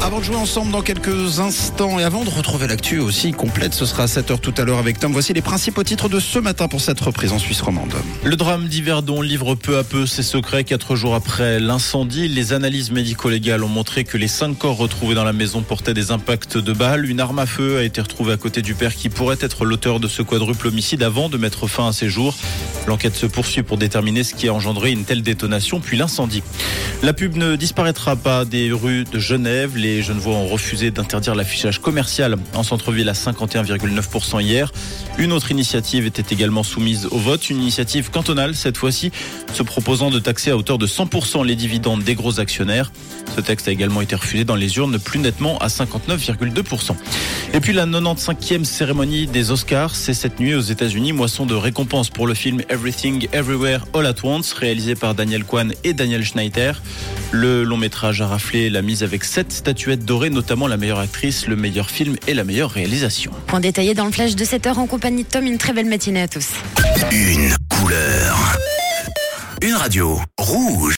Avant de jouer ensemble dans quelques instants et avant de retrouver l'actu aussi complète, ce sera à 7h tout à l'heure avec Tom. Voici les principaux titres de ce matin pour cette reprise en Suisse romande. Le drame d'Yverdon livre peu à peu ses secrets. 4 jours après l'incendie, les analyses médico-légales ont montré que les 5 corps retrouvés dans la maison portaient des impacts de balles. Une arme à feu a été retrouvée à côté du père qui pourrait être l'auteur de ce quadruple homicide avant de mettre fin à ses jours. L'enquête se poursuit pour déterminer ce qui a engendré une telle détonation puis l'incendie. La pub ne disparaîtra pas des rues de Genève. Les Genevois ont refusé d'interdire l'affichage commercial en centre-ville à 51,9% hier. Une autre initiative était également soumise au vote, une initiative cantonale cette fois-ci, se proposant de taxer à hauteur de 100% les dividendes des gros actionnaires. Ce texte a également été refusé dans les urnes, plus nettement à 59,2%. Et puis la 95e cérémonie des Oscars, c'est cette nuit aux États-Unis, moisson de récompenses pour le film Everything Everywhere All at Once, réalisé par Daniel Kwan et Daniel Schneider. Le long métrage a raflé la mise avec 7 statuettes dorées, notamment la meilleure actrice, le meilleur film et la meilleure réalisation. Point détaillé dans le flash de 7h en compagnie de Tom. Une très belle matinée à tous. Une couleur. Une radio. Rouge.